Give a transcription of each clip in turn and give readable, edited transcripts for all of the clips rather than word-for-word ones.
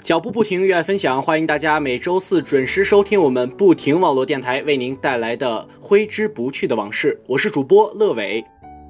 脚步不停，热爱分享，欢迎大家每周四准时收听我们不停网络电台为您带来的挥之不去的往事。我是主播乐伟。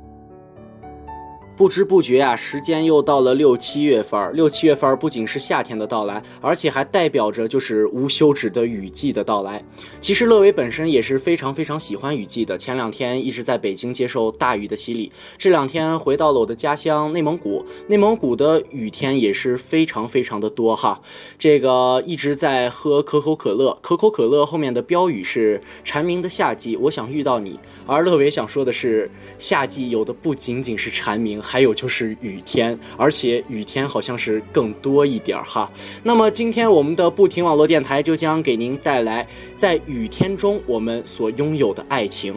不知不觉啊，时间又到了6、7月份。6、7月份不仅是夏天的到来，而且还代表着就是无休止的雨季的到来。其实乐伟本身也是非常喜欢雨季的。前2天一直在北京接受大雨的洗礼，这2天回到了我的家乡内蒙古。内蒙古的雨天也是非常的多哈。这个一直在喝可口可乐，可口可乐后面的标语是蝉鸣的夏季，我想遇到你。而乐伟想说的是，夏季有的不仅仅是蝉鸣，还有就是雨天，而且雨天好像是更多一点哈。那么今天我们的不停网络电台就将给您带来在雨天中我们所拥有的爱情。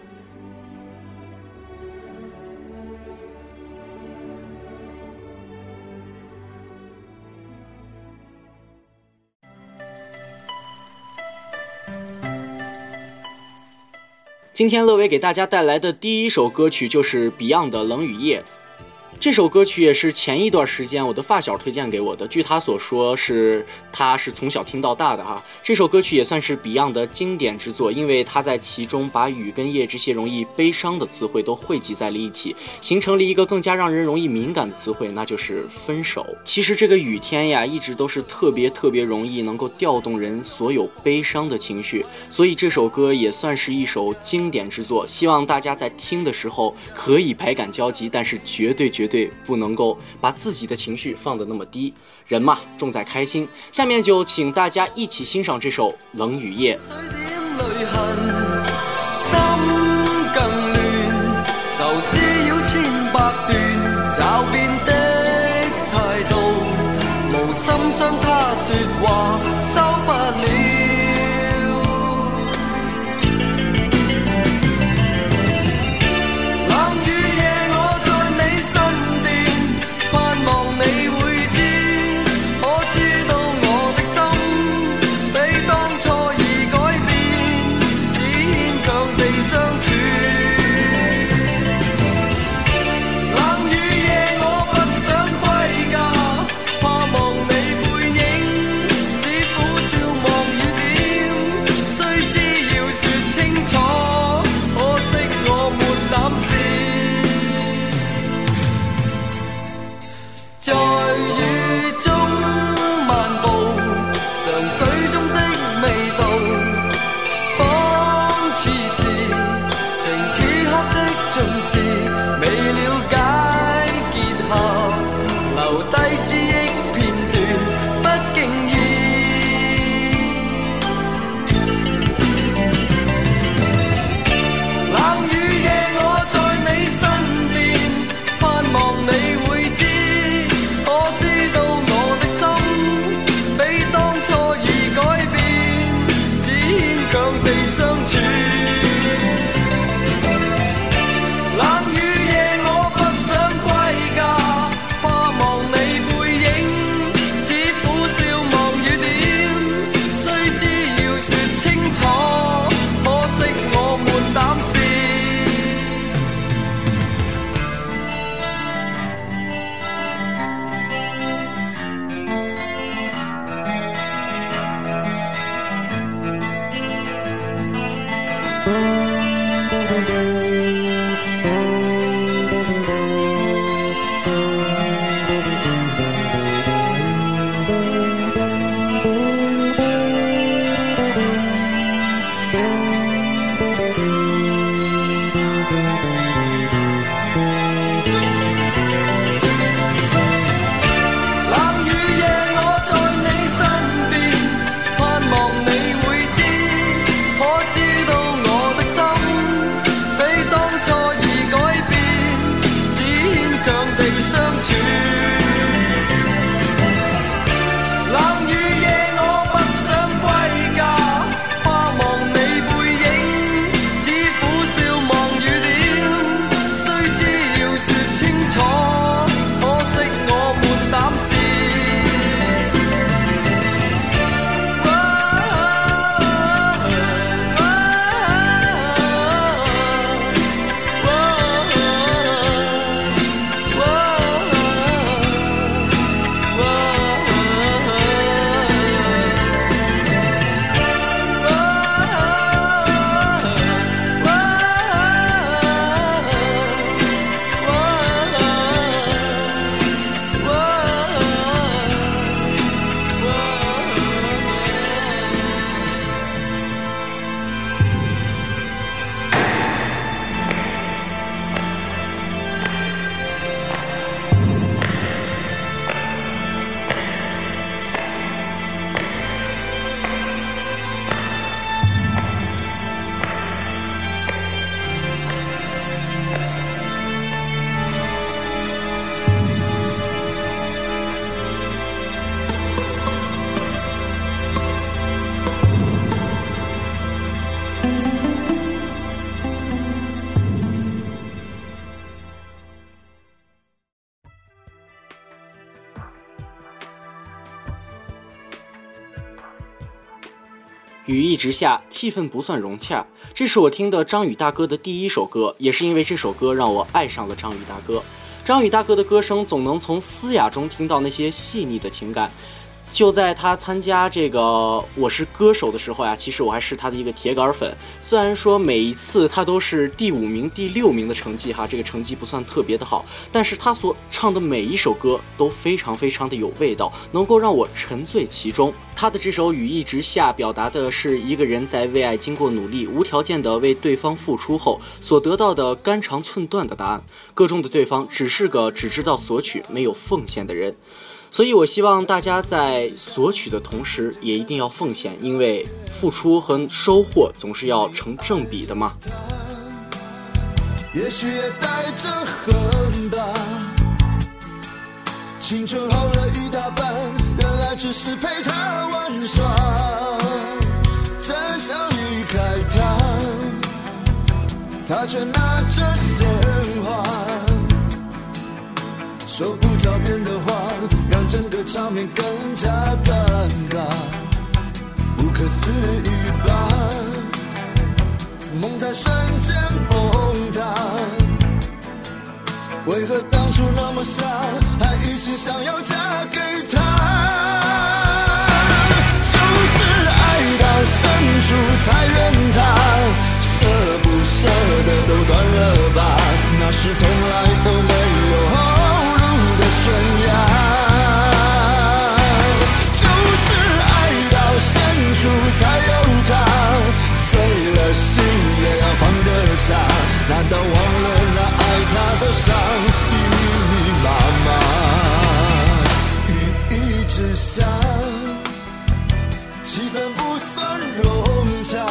今天乐伟给大家带来的第一首歌曲就是 Beyond 的《冷雨夜》。这首歌曲也是前一段时间我的发小推荐给我的，据他所说他是从小听到大的哈。这首歌曲也算是 Beyond 的经典之作，因为他在其中把雨跟夜这些容易悲伤的词汇都汇集在了一起，形成了一个更加让人容易敏感的词汇，那就是分手。其实这个雨天呀，一直都是特别容易能够调动人所有悲伤的情绪，所以这首歌也算是一首经典之作。希望大家在听的时候可以百感交集，但是绝对不能够把自己的情绪放得那么低，人嘛重在开心。下面就請大家一起欣賞這首《冷雨夜》。心更亂，愁思擾千百段，驟變的態度，無心傷他說話，收不了。未了解結合，留低思憶片段，不經意。冷雨夜我在你身邊，盼望你會知，我知道我的心比當初已改變，只牽強地相處。冷雨夜我不雨一直下，气氛不算融洽。这是我听的张宇大哥的第一首歌，也是因为这首歌让我爱上了张宇大哥。张宇大哥的歌声总能从嘶哑中听到那些细腻的情感。就在他参加这个《我是歌手》的时候呀，其实我还是他的一个铁杆粉。虽然说每一次他都是第5名、第6名的成绩哈，这个成绩不算特别的好，但是他所唱的每一首歌都非常非常的有味道，能够让我沉醉其中。他的这首《雨一直下》表达的是一个人在为爱经过努力、无条件的为对方付出后所得到的肝肠寸断的答案。歌中的对方只是个只知道索取没有奉献的人。所以我希望大家在索取的同时也一定要奉献，因为付出和收获总是要成正比的嘛。 也许也带着恨吧，青春耗了一大半，原来只是陪他玩耍，真想离开他，他却拿着鲜花，说不着边的话，让整个场面更加尴尬，不可思议吧，梦在瞬间崩塌，为何当初那么傻，还一心想要嫁给他，就是爱到深处才怨他，舍不舍得都断了吧，那是从来都没有后路的悬崖，就是爱到深处才有他，碎了心也要放得下，难道忘了那爱他的伤已密密麻麻，雨一直下，气氛不算融洽，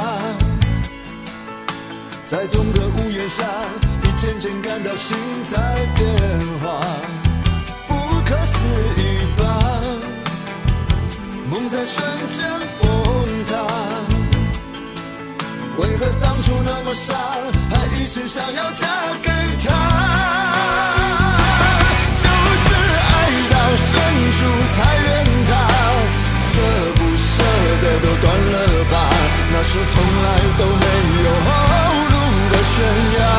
在同个屋檐下，你渐渐感到心在变化，不可思议吧，梦在瞬间崩塌，为何当初那么傻，还一心想要嫁给他，就是爱到深处才怨他，舍不舍得都断了吧，那是从来都没有后路的悬崖，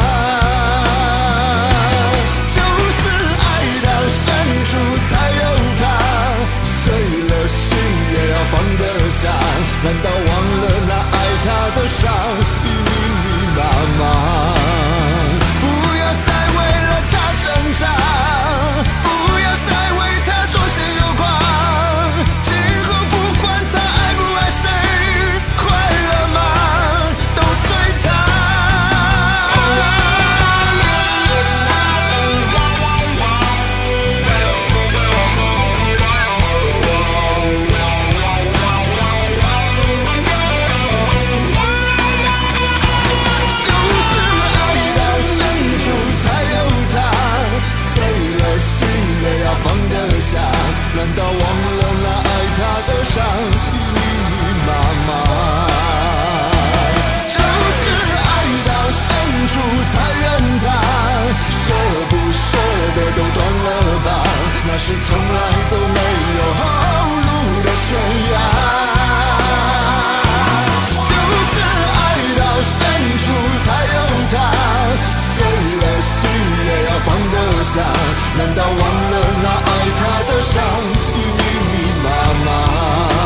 就是爱到深处才有他，碎了心也要放得下，难道忘了那爱他的伤已密密麻麻，不要再为了他挣扎，不要再为他左线右挂，今后不管他爱不爱谁，快乐吗都随他，就是爱到深处才有他，碎了心也要放得下，难道忘了那爱他的伤已密密麻麻，就是爱到深处才怨他，舍不舍得都断了吧，那是从来都没有后路的悬崖，就是爱到深处才有他，碎了心也要放得下，难道忘了那爱他的伤已密密麻麻。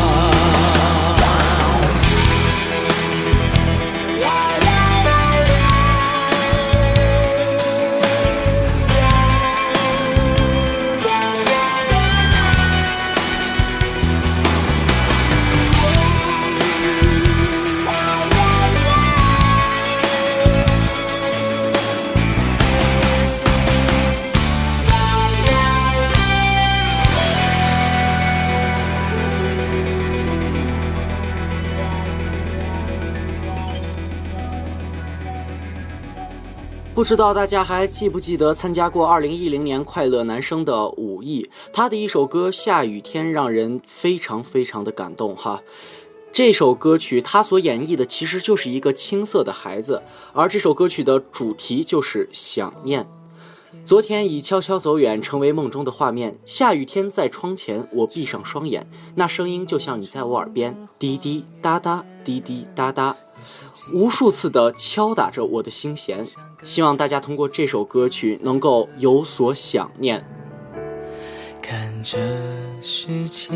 不知道大家还记不记得参加过2010年快乐男声的武艺，他的一首歌《下雨天》让人非常非常的感动哈。这首歌曲他所演绎的其实就是一个青涩的孩子，而这首歌曲的主题就是想念。 昨天已悄悄走远，成为梦中的画面。下雨天在窗前，我闭上双眼，那声音就像你在我耳边，滴滴答答，滴滴答答，无数次的敲打着我的心弦。希望大家通过这首歌曲能够有所想念。 看着世界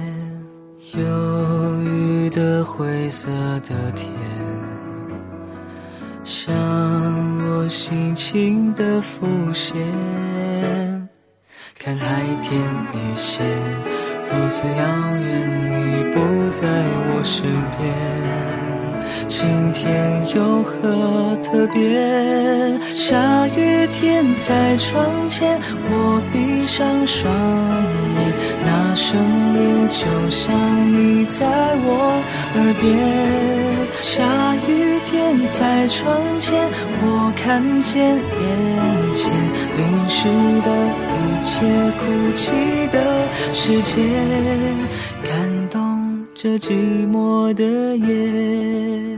忧郁的灰色的天，像我心情的浮现，看海天一线，如此遥远，你不在我身边，今天有何特别？下雨天在窗前，我闭上双眼，那声音就像你在我耳边。下雨天在窗前，我看见眼前淋湿的一切，哭泣的世界，感动这寂寞的夜。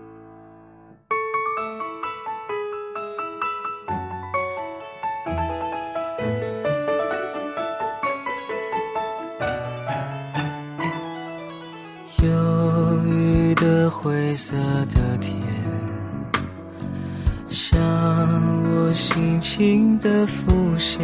忧郁的灰色的天，像我心情的浮现，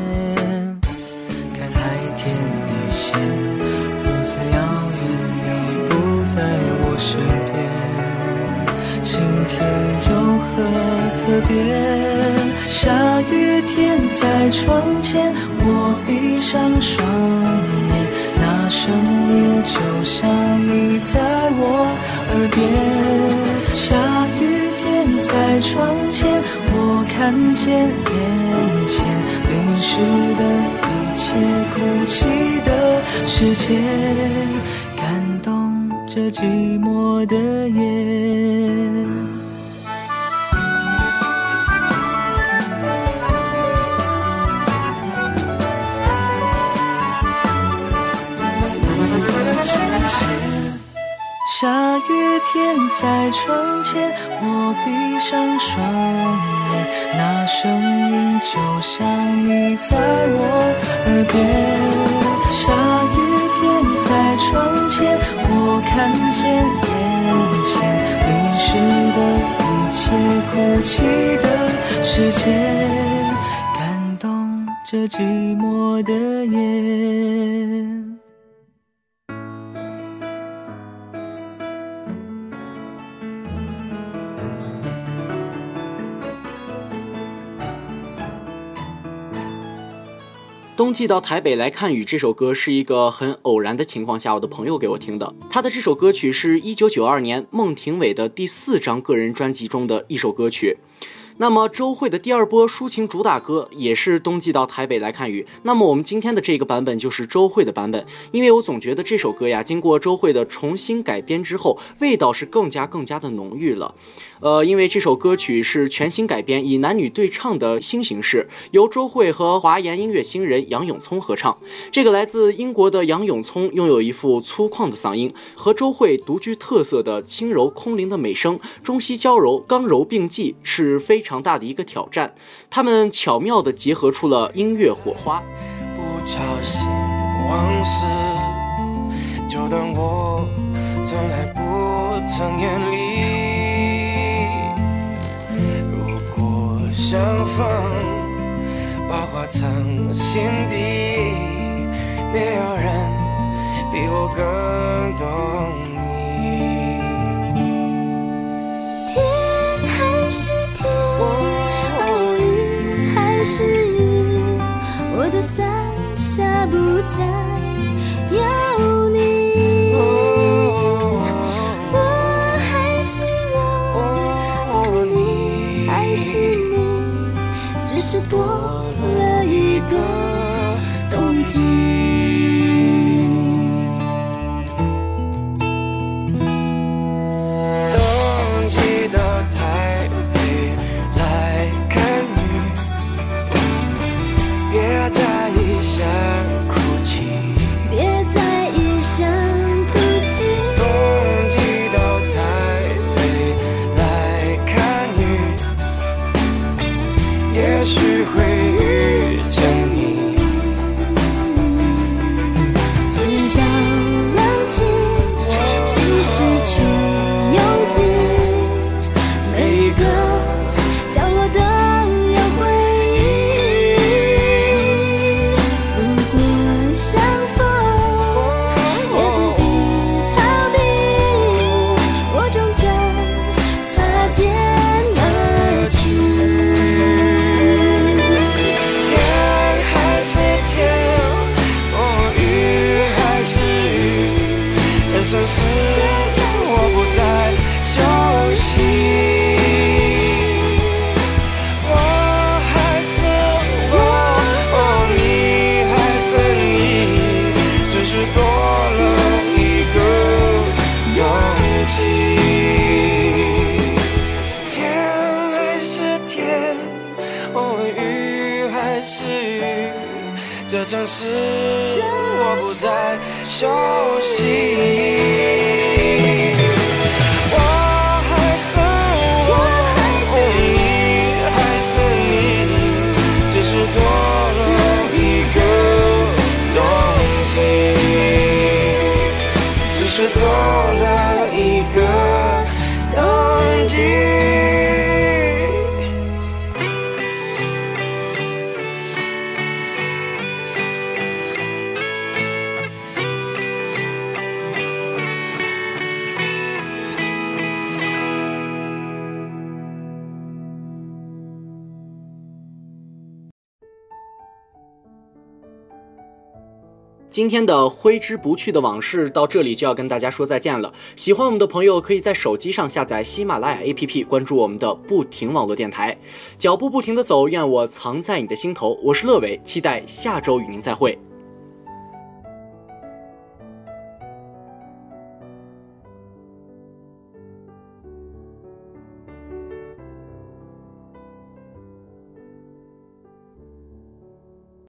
看海天一线，如此遥远，你不在我身边，今天有何特别？下雨天在窗前，我闭上双眼，那声音就像你在我耳边。下雨天在窗前，我看见眼前淋湿的一切，哭泣的世界，感动这寂寞的夜。下雨天在窗前，我闭上双眼，那声音就像你在我耳边。下雨天在窗前，我看见眼前淋湿的一切，哭泣的世界，感动这寂寞的夜。 冬季到台北来看雨这首歌是一个很偶然的情况下我的朋友给我听的。他的这首歌曲是1992年孟庭苇的第4张个人专辑中的一首歌曲。那么周蕙的第2波抒情主打歌也是冬季到台北来看雨，那么我们今天的这个版本就是周蕙的版本，因为我总觉得这首歌呀经过周蕙的重新改编之后，味道是更加的浓郁了。因为这首歌曲是全新改编，以男女对唱的新形式，由周蕙和华研音乐新人杨永聪合唱。这个来自英国的杨永聪拥有一副粗犷的嗓音，和周蕙独具特色的轻柔空灵的美声，中西交柔，刚柔并济，是非常大的一个挑战。他们巧妙地结合出了音乐火花。 不吵醒往事，就当我从来不曾眼里。如果相逢，把话藏心底，没有人比我更懂你。 天还是天，雨还是雨，我的伞下不再有你。我还是我，你还是你，只是多了一个冬季。 也许会遇见你。 直到冷清，心失去拥挤，每一个角落都有回忆。如果相逢，也不必逃避，我终究擦肩而去。 天还是天，雨还是雨，这城市我不再熟悉。我还是我，你还是你，只是多了一个冬季。天还是天，雨还是雨，这城市我不再熟悉。我还是我，你还是你，只是多了一个冬季，只是多了一个冬季。 今天的挥之不去的往事到这里就要跟大家说再见了。喜欢我们的朋友可以在手机上下载喜马拉雅 APP， 关注我们的不停网络电台。脚步不停地走，愿我藏在你的心头。我是乐伟，期待下周与您再会。